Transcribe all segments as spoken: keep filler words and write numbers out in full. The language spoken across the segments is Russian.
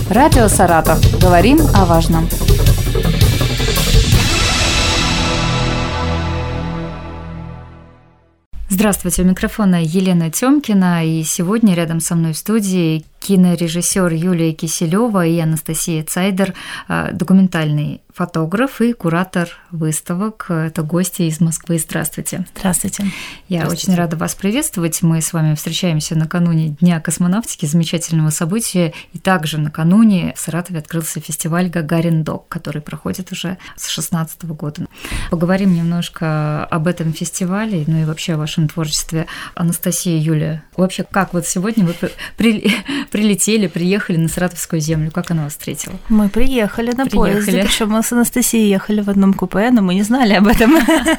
Радио Саратов. Говорим о важном. Здравствуйте, у микрофона Елена Тёмкина, и сегодня рядом со мной в студии кинорежиссер Юлия Киселева и Анастасия Цайдер, документальный фотограф и куратор выставок. Это гости из Москвы. Здравствуйте. Здравствуйте. Я Здравствуйте. очень рада вас приветствовать. Мы с вами встречаемся накануне Дня космонавтики, замечательного события. И также накануне в Саратове открылся фестиваль «Гагарин Док», который проходит уже с две тысячи шестнадцатого года. Поговорим немножко об этом фестивале, ну и вообще о вашем творчестве. Анастасия, Юлия, вообще как вот сегодня вы при... прилетели, приехали на Саратовскую землю? Как она вас встретила? Мы приехали на приехали. поезде, причем мы с Анастасией ехали в одном купе, но мы не знали об этом.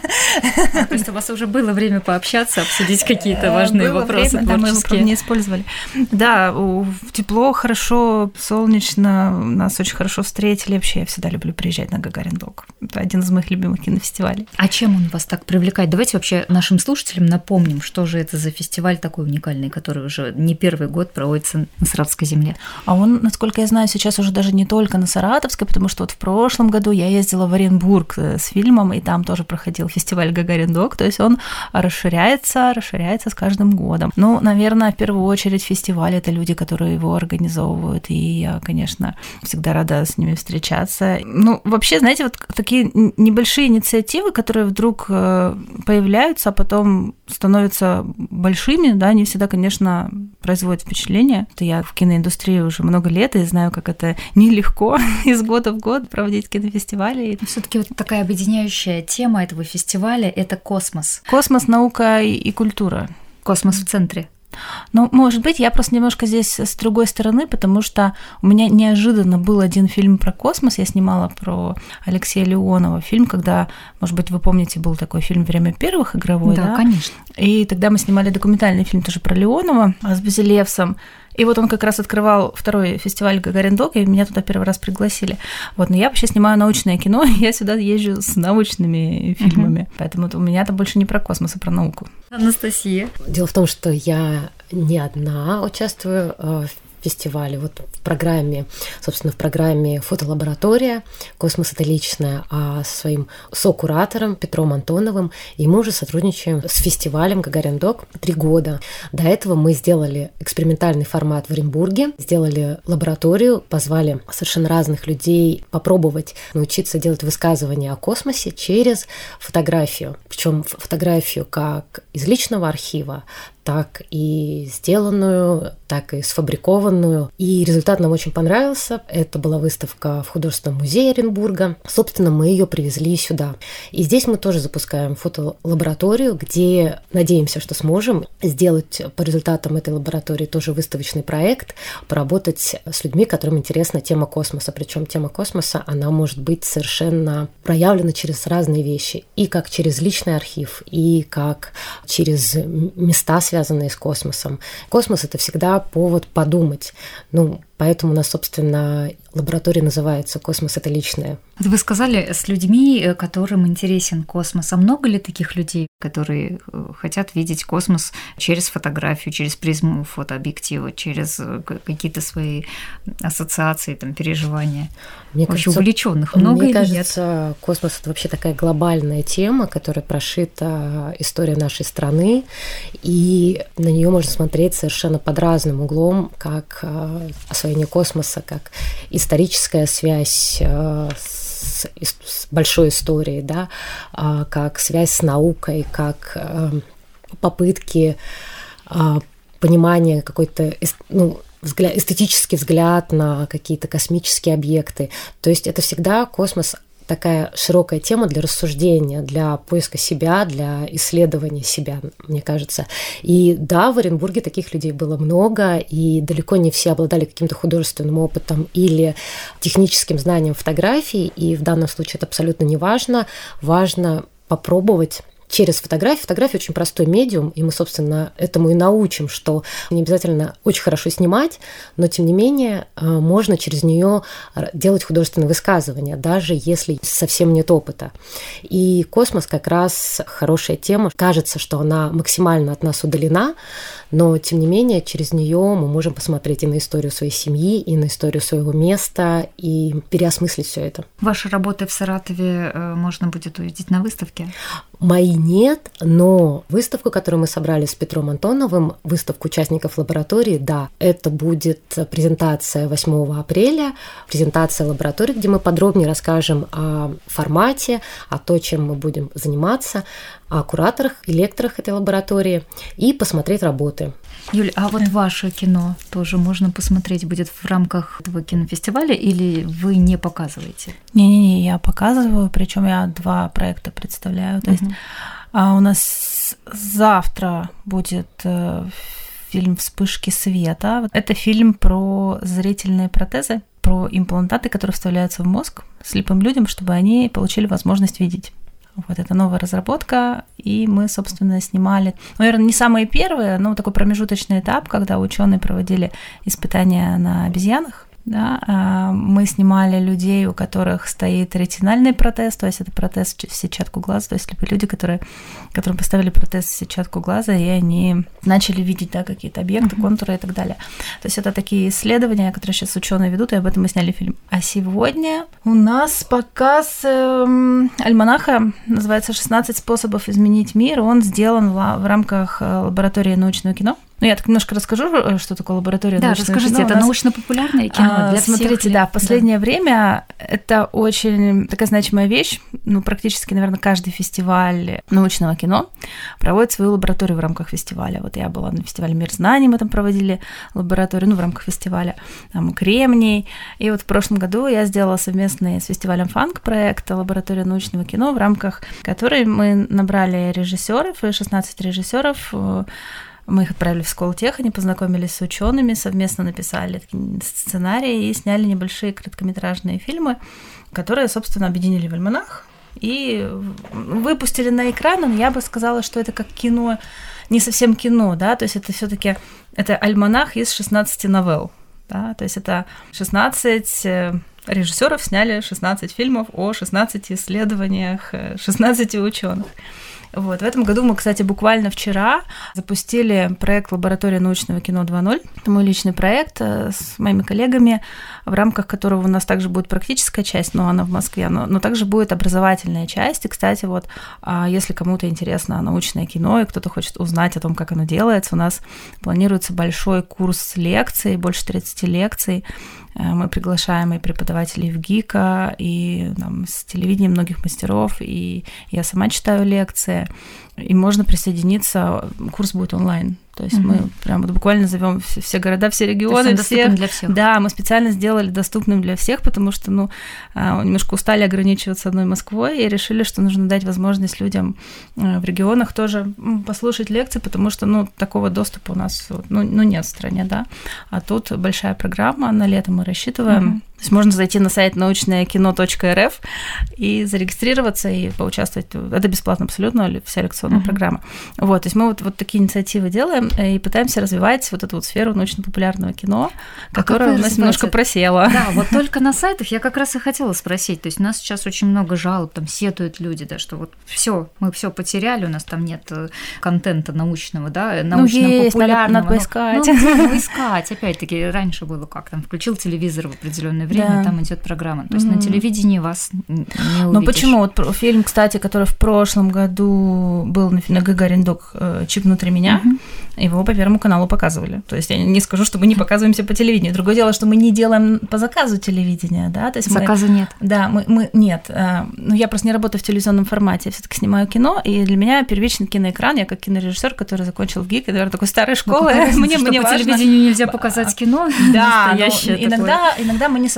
То есть у вас уже было время пообщаться, обсудить какие-то важные вопросы творческие? Да, мы его не использовали. Да, тепло, хорошо, солнечно, нас очень хорошо встретили. Вообще, я всегда люблю приезжать на Гагарин Док. Это один из моих любимых кинофестивалей. А чем он вас так привлекает? Давайте вообще нашим слушателям напомним, что же это за фестиваль такой уникальный, который уже не первый год проводится на Саратовской земле. А он, насколько я знаю, сейчас уже даже не только на Саратовской, потому что вот в прошлом году я ездила в Оренбург с фильмом, и там тоже проходил фестиваль Гагарин Док, то есть он расширяется, расширяется с каждым годом. Ну, наверное, в первую очередь фестиваль — это люди, которые его организовывают, и я, конечно, всегда рада с ними встречаться. Ну, вообще, знаете, вот такие небольшие инициативы, которые вдруг появляются, а потом становятся большими, да, они всегда, конечно, производят впечатление. Я в киноиндустрии уже много лет и знаю, как это нелегко из года в год проводить кинофестивали. Все-таки вот такая объединяющая тема этого фестиваля — это космос. Космос, наука и, и культура. Космос в центре. Ну, может быть, я просто немножко здесь с другой стороны, потому что у меня неожиданно был один фильм про космос. Я снимала про Алексея Леонова фильм, когда, может быть, вы помните, был такой фильм «Время первых» игровой, да? Да, конечно. И тогда мы снимали документальный фильм тоже про Леонова с Базилевсом. И вот он как раз открывал второй фестиваль Гагарин Док, и меня туда первый раз пригласили. Вот, но я вообще снимаю научное кино, и я сюда езжу с научными фильмами. Uh-huh. Поэтому у меня там больше не про космос, а про науку. Анастасия. Дело в том, что я не одна участвую в фестивале. Вот в программе, собственно, в программе «Фотолаборатория. Космос — это личное», а со своим сокуратором Петром Антоновым, и мы уже сотрудничаем с фестивалем «Гагарин Док» три года. До этого мы сделали экспериментальный формат в Оренбурге, сделали лабораторию, позвали совершенно разных людей попробовать научиться делать высказывания о космосе через фотографию. Причем фотографию как из личного архива, так и сделанную, так и сфабрикованную. И результат нам очень понравился. Это была выставка в художественном музее Оренбурга. Собственно, мы ее привезли сюда. И здесь мы тоже запускаем фотолабораторию, где надеемся, что сможем сделать по результатам этой лаборатории тоже выставочный проект, поработать с людьми, которым интересна тема космоса. Причем тема космоса, она может быть совершенно проявлена через разные вещи. И как через личный архив, и как через места, связанные с космосом. Космос — это всегда повод подумать. Ну, поэтому у нас, собственно, лаборатория называется «Космос — это личное». Вы сказали, с людьми, которым интересен космос. А много ли таких людей, которые хотят видеть космос через фотографию, через призму фотообъектива, через какие-то свои ассоциации, там, переживания? Мне Очень кажется, увлеченных много Мне или кажется, нет? космос — это вообще такая глобальная тема, которая прошита история нашей страны, и на нее можно смотреть совершенно под разным углом, как освоение космоса, как историческая связь с с большой историей, да, как связь с наукой, как попытки понимания какой-то, ну, взгляд, эстетический взгляд на какие-то космические объекты. То есть это всегда космос такая широкая тема для рассуждения, для поиска себя, для исследования себя, мне кажется. И да, в Оренбурге таких людей было много, и далеко не все обладали каким-то художественным опытом или техническим знанием фотографии, и в данном случае это абсолютно не важно. Важно попробовать через фотографию. Фотография очень простой медиум, и мы, собственно, этому и научим, что не обязательно очень хорошо снимать, но, тем не менее, можно через нее делать художественные высказывания, даже если совсем нет опыта. И космос как раз хорошая тема. Кажется, что она максимально от нас удалена, но, тем не менее, через нее мы можем посмотреть и на историю своей семьи, и на историю своего места, и переосмыслить все это. Ваши работы в Саратове можно будет увидеть на выставке? Мои нет, но выставку, которую мы собрали с Петром Антоновым, выставку участников лаборатории, да, это будет презентация восьмого апреля, презентация лаборатории, где мы подробнее расскажем о формате, о том, чем мы будем заниматься, о кураторах и лекторах этой лаборатории и посмотреть работы. Юль, а вот ваше кино тоже можно посмотреть будет в рамках этого кинофестиваля или вы не показываете? Не-не-не, я показываю, причем я два проекта представляю. То есть а у нас завтра будет фильм «Вспышки света». Это фильм про зрительные протезы, про имплантаты, которые вставляются в мозг слепым людям, чтобы они получили возможность видеть. Вот это новая разработка, и мы, собственно, снимали, наверное, не самые первые, но такой промежуточный этап, когда ученые проводили испытания на обезьянах. Да, мы снимали людей, у которых стоит ретинальный протез, то есть это протез в сетчатку глаза, то есть люди, которые, которым поставили протез в сетчатку глаза, и они начали видеть, да, какие-то объекты, uh-huh. контуры и так далее. То есть это такие исследования, которые сейчас ученые ведут, и об этом мы сняли фильм. А сегодня у нас показ э, альманаха, называется «шестнадцать способов изменить мир». Он сделан в, в рамках лаборатории научного кино. Ну, я так немножко расскажу, что такое лаборатория да, научного кино. Да, расскажите, это научно-популярное кино а, для смотрите, всех? да, в последнее да. время это очень такая значимая вещь. Ну, практически, наверное, каждый фестиваль научного кино проводит свою лабораторию в рамках фестиваля. Вот я была на фестивале «Мир знаний», мы там проводили лабораторию, ну, в рамках фестиваля, там, «Кремний». И вот в прошлом году я сделала совместный с фестивалем «Фанк» проект «Лаборатория научного кино», в рамках которой мы набрали режиссеров, шестнадцать режиссеров. Мы их отправили в Сколтех, они познакомились с учеными, совместно написали сценарии и сняли небольшие короткометражные фильмы, которые, собственно, объединили в альманах и выпустили на экран. Но я бы сказала, что это как кино, не совсем кино, да, то есть это все-таки это альманах из шестнадцати новелл, да, то есть это шестнадцать режиссеров сняли шестнадцать фильмов о шестнадцати исследованиях шестнадцати ученых. Вот. В этом году мы, кстати, буквально вчера запустили проект «Лаборатория научного кино два ноль». Это мой личный проект с моими коллегами, в рамках которого у нас также будет практическая часть, но она в Москве, но, но также будет образовательная часть. И, кстати, вот, если кому-то интересно научное кино и кто-то хочет узнать о том, как оно делается, у нас планируется большой курс лекций, больше тридцати лекций. Мы приглашаем и преподавателей в ГИКа, и там, с телевидения многих мастеров, и я сама читаю лекции, и можно присоединиться, курс будет онлайн. То есть угу. мы прям вот буквально зовем все, все города, все регионы, всех. Для всех. Да, мы специально сделали доступным для всех, потому что, ну, немножко устали ограничиваться одной Москвой и решили, что нужно дать возможность людям в регионах тоже послушать лекции, потому что, ну, такого доступа у нас, ну, ну нет в стране, да. А тут большая программа, на лето мы рассчитываем. Угу. То есть можно зайти на сайт научное кино точка эр эф и зарегистрироваться и поучаствовать. Это бесплатно абсолютно, вся лекционная uh-huh. программа. Вот, то есть мы вот, вот такие инициативы делаем и пытаемся развивать вот эту вот сферу научно-популярного кино, а которая у нас немножко просела. Да, вот только на сайтах я как раз и хотела спросить. То есть у нас сейчас очень много жалоб, там сетуют люди, да, что вот все, мы все потеряли, у нас там нет контента научного, да, научно-популярного. Ну, надо, надо поискать. Ну, ну, искать. Опять-таки, раньше было как, там, включил телевизор в определенное время, да. там идет программа. То есть mm-hmm. на телевидении вас не увидишь. Ну почему? Вот фильм, кстати, который в прошлом году был на, на Гагарин Док «Чип внутри меня», mm-hmm. его по Первому каналу показывали. То есть я не скажу, что мы не показываемся по телевидению. Другое дело, что мы не делаем по заказу телевидения, да? То есть заказа мы, нет. Да, мы, мы нет. Ну я просто не работаю в телевизионном формате, я все-таки снимаю кино, и для меня первичный киноэкран, я как кинорежиссер, который закончил в ГИК, и, наверное, такой старой школы. Ну, мне, мне по важно... телевидению нельзя показать кино. Да, иногда, иногда мы не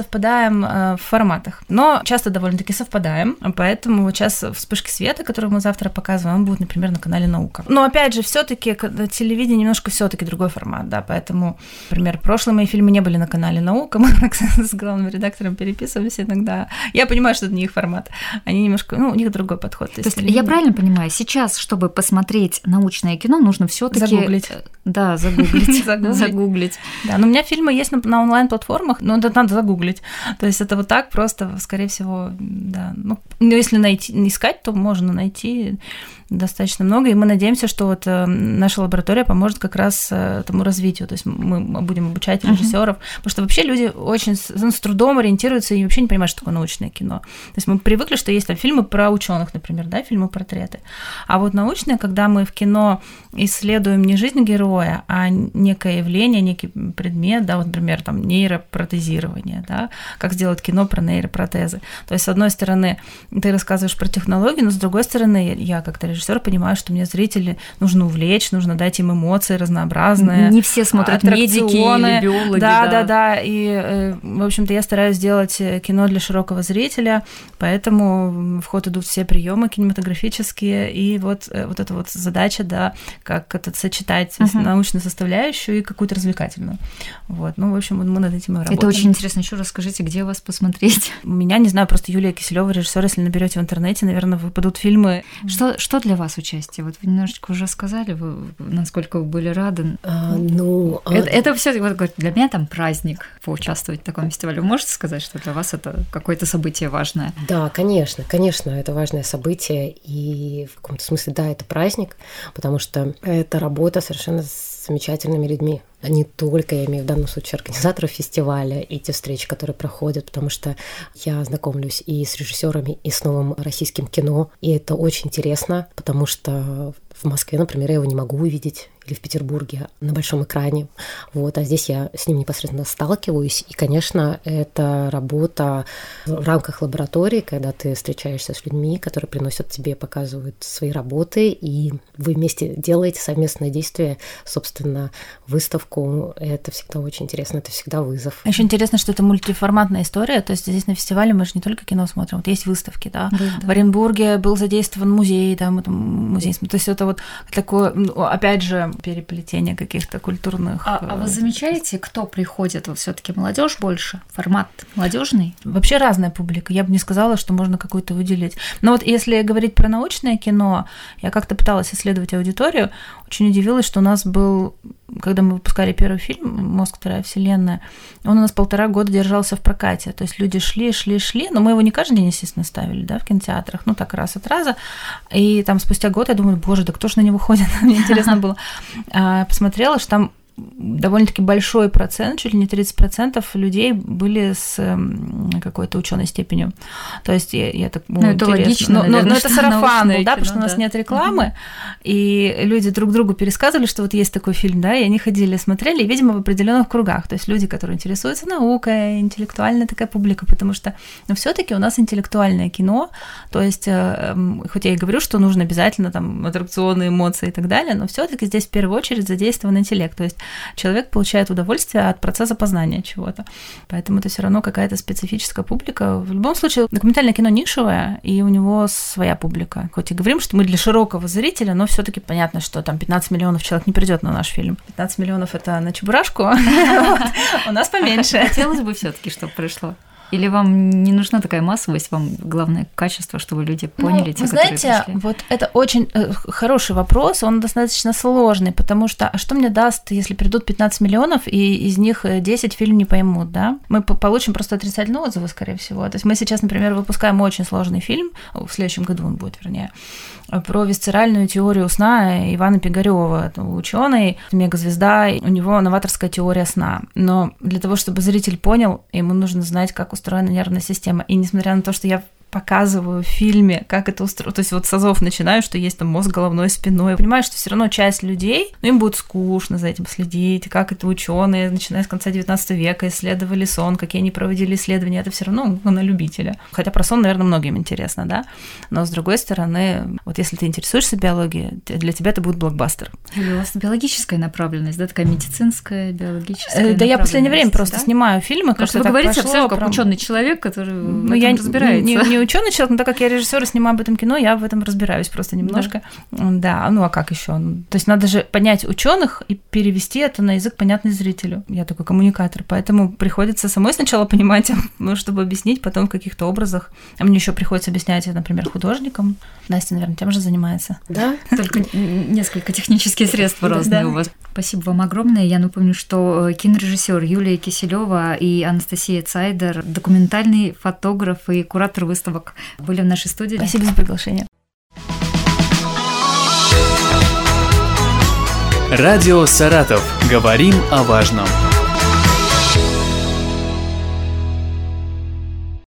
совпадаем в форматах, но часто довольно-таки совпадаем, поэтому вот сейчас «Вспышки света», которую мы завтра показываем, он будет, например, на канале «Наука». Но опять же, все-таки телевидение немножко все-таки другой формат, да, поэтому, например, прошлые мои фильмы не были на канале «Наука», мы с главным редактором переписывались иногда. Я понимаю, что это не их формат, они немножко, ну, у них другой подход. То есть, То есть я правильно понимаю, сейчас, чтобы посмотреть научное кино, нужно все-таки загуглить. Да, загуглить. Загуглить. Да, но у меня фильмы есть на онлайн-платформах, но это надо загуглить. То есть это вот так просто, скорее всего, да. Ну, если найти, искать, то можно найти достаточно много, и мы надеемся, что вот наша лаборатория поможет как раз этому развитию, то есть мы будем обучать режиссеров, uh-huh. потому что вообще люди очень с трудом ориентируются и вообще не понимают, что такое научное кино. То есть мы привыкли, что есть там фильмы про ученых, например, да, фильмы-портреты, а вот научное, когда мы в кино исследуем не жизнь героя, а некое явление, некий предмет, да, вот, например, там нейропротезирование, да, как сделать кино про нейропротезы. То есть, с одной стороны, ты рассказываешь про технологии, но с другой стороны, я как-то режиссер понимаю, что мне зрители нужно увлечь, нужно дать им эмоции разнообразные. Не все смотрят медики или биологи. Да, да, да, да. И, в общем-то, я стараюсь сделать кино для широкого зрителя, поэтому в ход идут все приемы кинематографические, и вот, вот эта вот задача, да, как это сочетать uh-huh. научную составляющую и какую-то развлекательную. Вот. Ну, в общем, мы над этим и работаем. Это очень интересно. Еще расскажите, где вас посмотреть? У меня, не знаю, просто Юлия Киселева, режиссер, если наберете в интернете, наверное, выпадут фильмы. Что, что для вас участие? Вот вы немножечко уже сказали, вы, насколько вы были рады. А, ну, это, а... это все вот, для меня там праздник поучаствовать в таком фестивале. Вы можете сказать, что для вас это какое-то событие важное? Да, конечно, конечно, это важное событие, и в каком-то смысле, да, это праздник, потому что это работа совершенно с замечательными людьми. Не только, я имею в данном случае организаторов фестиваля и те встречи, которые проходят, потому что я знакомлюсь и с режиссерами, и с новым российским кино, и это очень интересно, потому что в Москве, например, я его не могу увидеть, или в Петербурге на большом экране, вот, а здесь я с ним непосредственно сталкиваюсь, и, конечно, это работа в рамках лаборатории, когда ты встречаешься с людьми, которые приносят тебе, показывают свои работы, и вы вместе делаете совместное действие, собственно, выставку, это всегда очень интересно, это всегда вызов. Еще интересно, что это мультиформатная история, то есть здесь на фестивале мы же не только кино смотрим, вот есть выставки, да, да, да. В Оренбурге был задействован музей, там, это музей, то есть это вот такое, опять же, переплетение каких-то культурных. А, а вы замечаете, кто приходит? Вот все-таки молодежь больше? Формат молодежный? Вообще разная публика. Я бы не сказала, что можно какую-то выделить. Но вот если говорить про научное кино, я как-то пыталась исследовать аудиторию, очень удивилась, что у нас был, когда мы выпускали первый фильм «Мозг. Вторая вселенная», он у нас полтора года держался в прокате. То есть люди шли, шли, шли, но мы его не каждый день, естественно, ставили, да, в кинотеатрах, ну так раз от раза. И там спустя год я думаю, боже, да кто ж на него ходит? Мне интересно было. Посмотрела, что там довольно-таки большой процент, чуть ли не тридцать процентов людей были с какой-то ученой степенью. То есть я, я так ну, это логично, но, наверное, но, но это сарафан был, да, кино, потому что да. у нас нет рекламы, uh-huh. и люди друг другу пересказывали, что вот есть такой фильм, да, и они ходили, смотрели, и, видимо, в определенных кругах. То есть люди, которые интересуются наукой, интеллектуальная такая публика, потому что ну, все-таки у нас интеллектуальное кино, то есть, э, хоть я и говорю, что нужно обязательно там аттракционы, эмоции и так далее, но все-таки здесь в первую очередь задействован интеллект. То есть человек получает удовольствие от процесса познания чего-то. Поэтому это все равно какая-то специфическая публика. В любом случае, документальное кино нишевое, и у него своя публика. Хоть и говорим, что мы для широкого зрителя, но все-таки понятно, что там пятнадцать миллионов человек не придет на наш фильм. пятнадцать миллионов это на Чебурашку, у нас поменьше. Хотелось бы все-таки, чтобы пришло. Или вам не нужна такая массовость, вам главное качество, чтобы люди поняли, ну, те, вы знаете, пришли? Вот это очень хороший вопрос, он достаточно сложный, потому что, а что мне даст, если придут пятнадцать миллионов, и из них десять фильм не поймут, да? Мы получим просто отрицательные отзывы, скорее всего. То есть мы сейчас, например, выпускаем очень сложный фильм, в следующем году он будет, вернее, про висцеральную теорию сна Ивана Пигарёва, это ученый, мегазвезда, у него новаторская теория сна. Но для того, чтобы зритель понял, ему нужно знать, как устроена нервная система. И несмотря на то, что я показываю в фильме, как это устроено. То есть вот с азов начинаю, что есть там мозг головной, спиной. Я понимаю, что все равно часть людей, ну, им будет скучно за этим следить, как это ученые, начиная с конца девятнадцатого века, исследовали сон, какие они проводили исследования. Это все равно ну, на любителя. Хотя про сон, наверное, многим интересно, да? Но, с другой стороны, вот если ты интересуешься биологией, для тебя это будет блокбастер. Или у вас биологическая направленность, да, такая медицинская, биологическая. Да, я в последнее время просто да? снимаю фильмы, как вы говорите, абсолютно как прям... ученый человек, который ну, в этом я разбирается. Не, не ученый человек, но так как я режиссер и снимаю об этом кино, я в этом разбираюсь просто немножко. Да, да ну а как еще? То есть надо же понять ученых и перевести это на язык, понятный зрителю. Я такой коммуникатор, поэтому приходится самой сначала понимать, ну, чтобы объяснить, потом в каких-то образах. А мне еще приходится объяснять, например, художникам. Настя, наверное, тем же занимается. Да, только несколько технических средств разные у вас. Спасибо вам огромное. Я напомню, что кинорежиссер Юлия Киселева и Анастасия Цайдер, документальный фотограф и куратор выставок, были в нашей студии. Спасибо за приглашение. Радио «Саратов». Говорим о важном.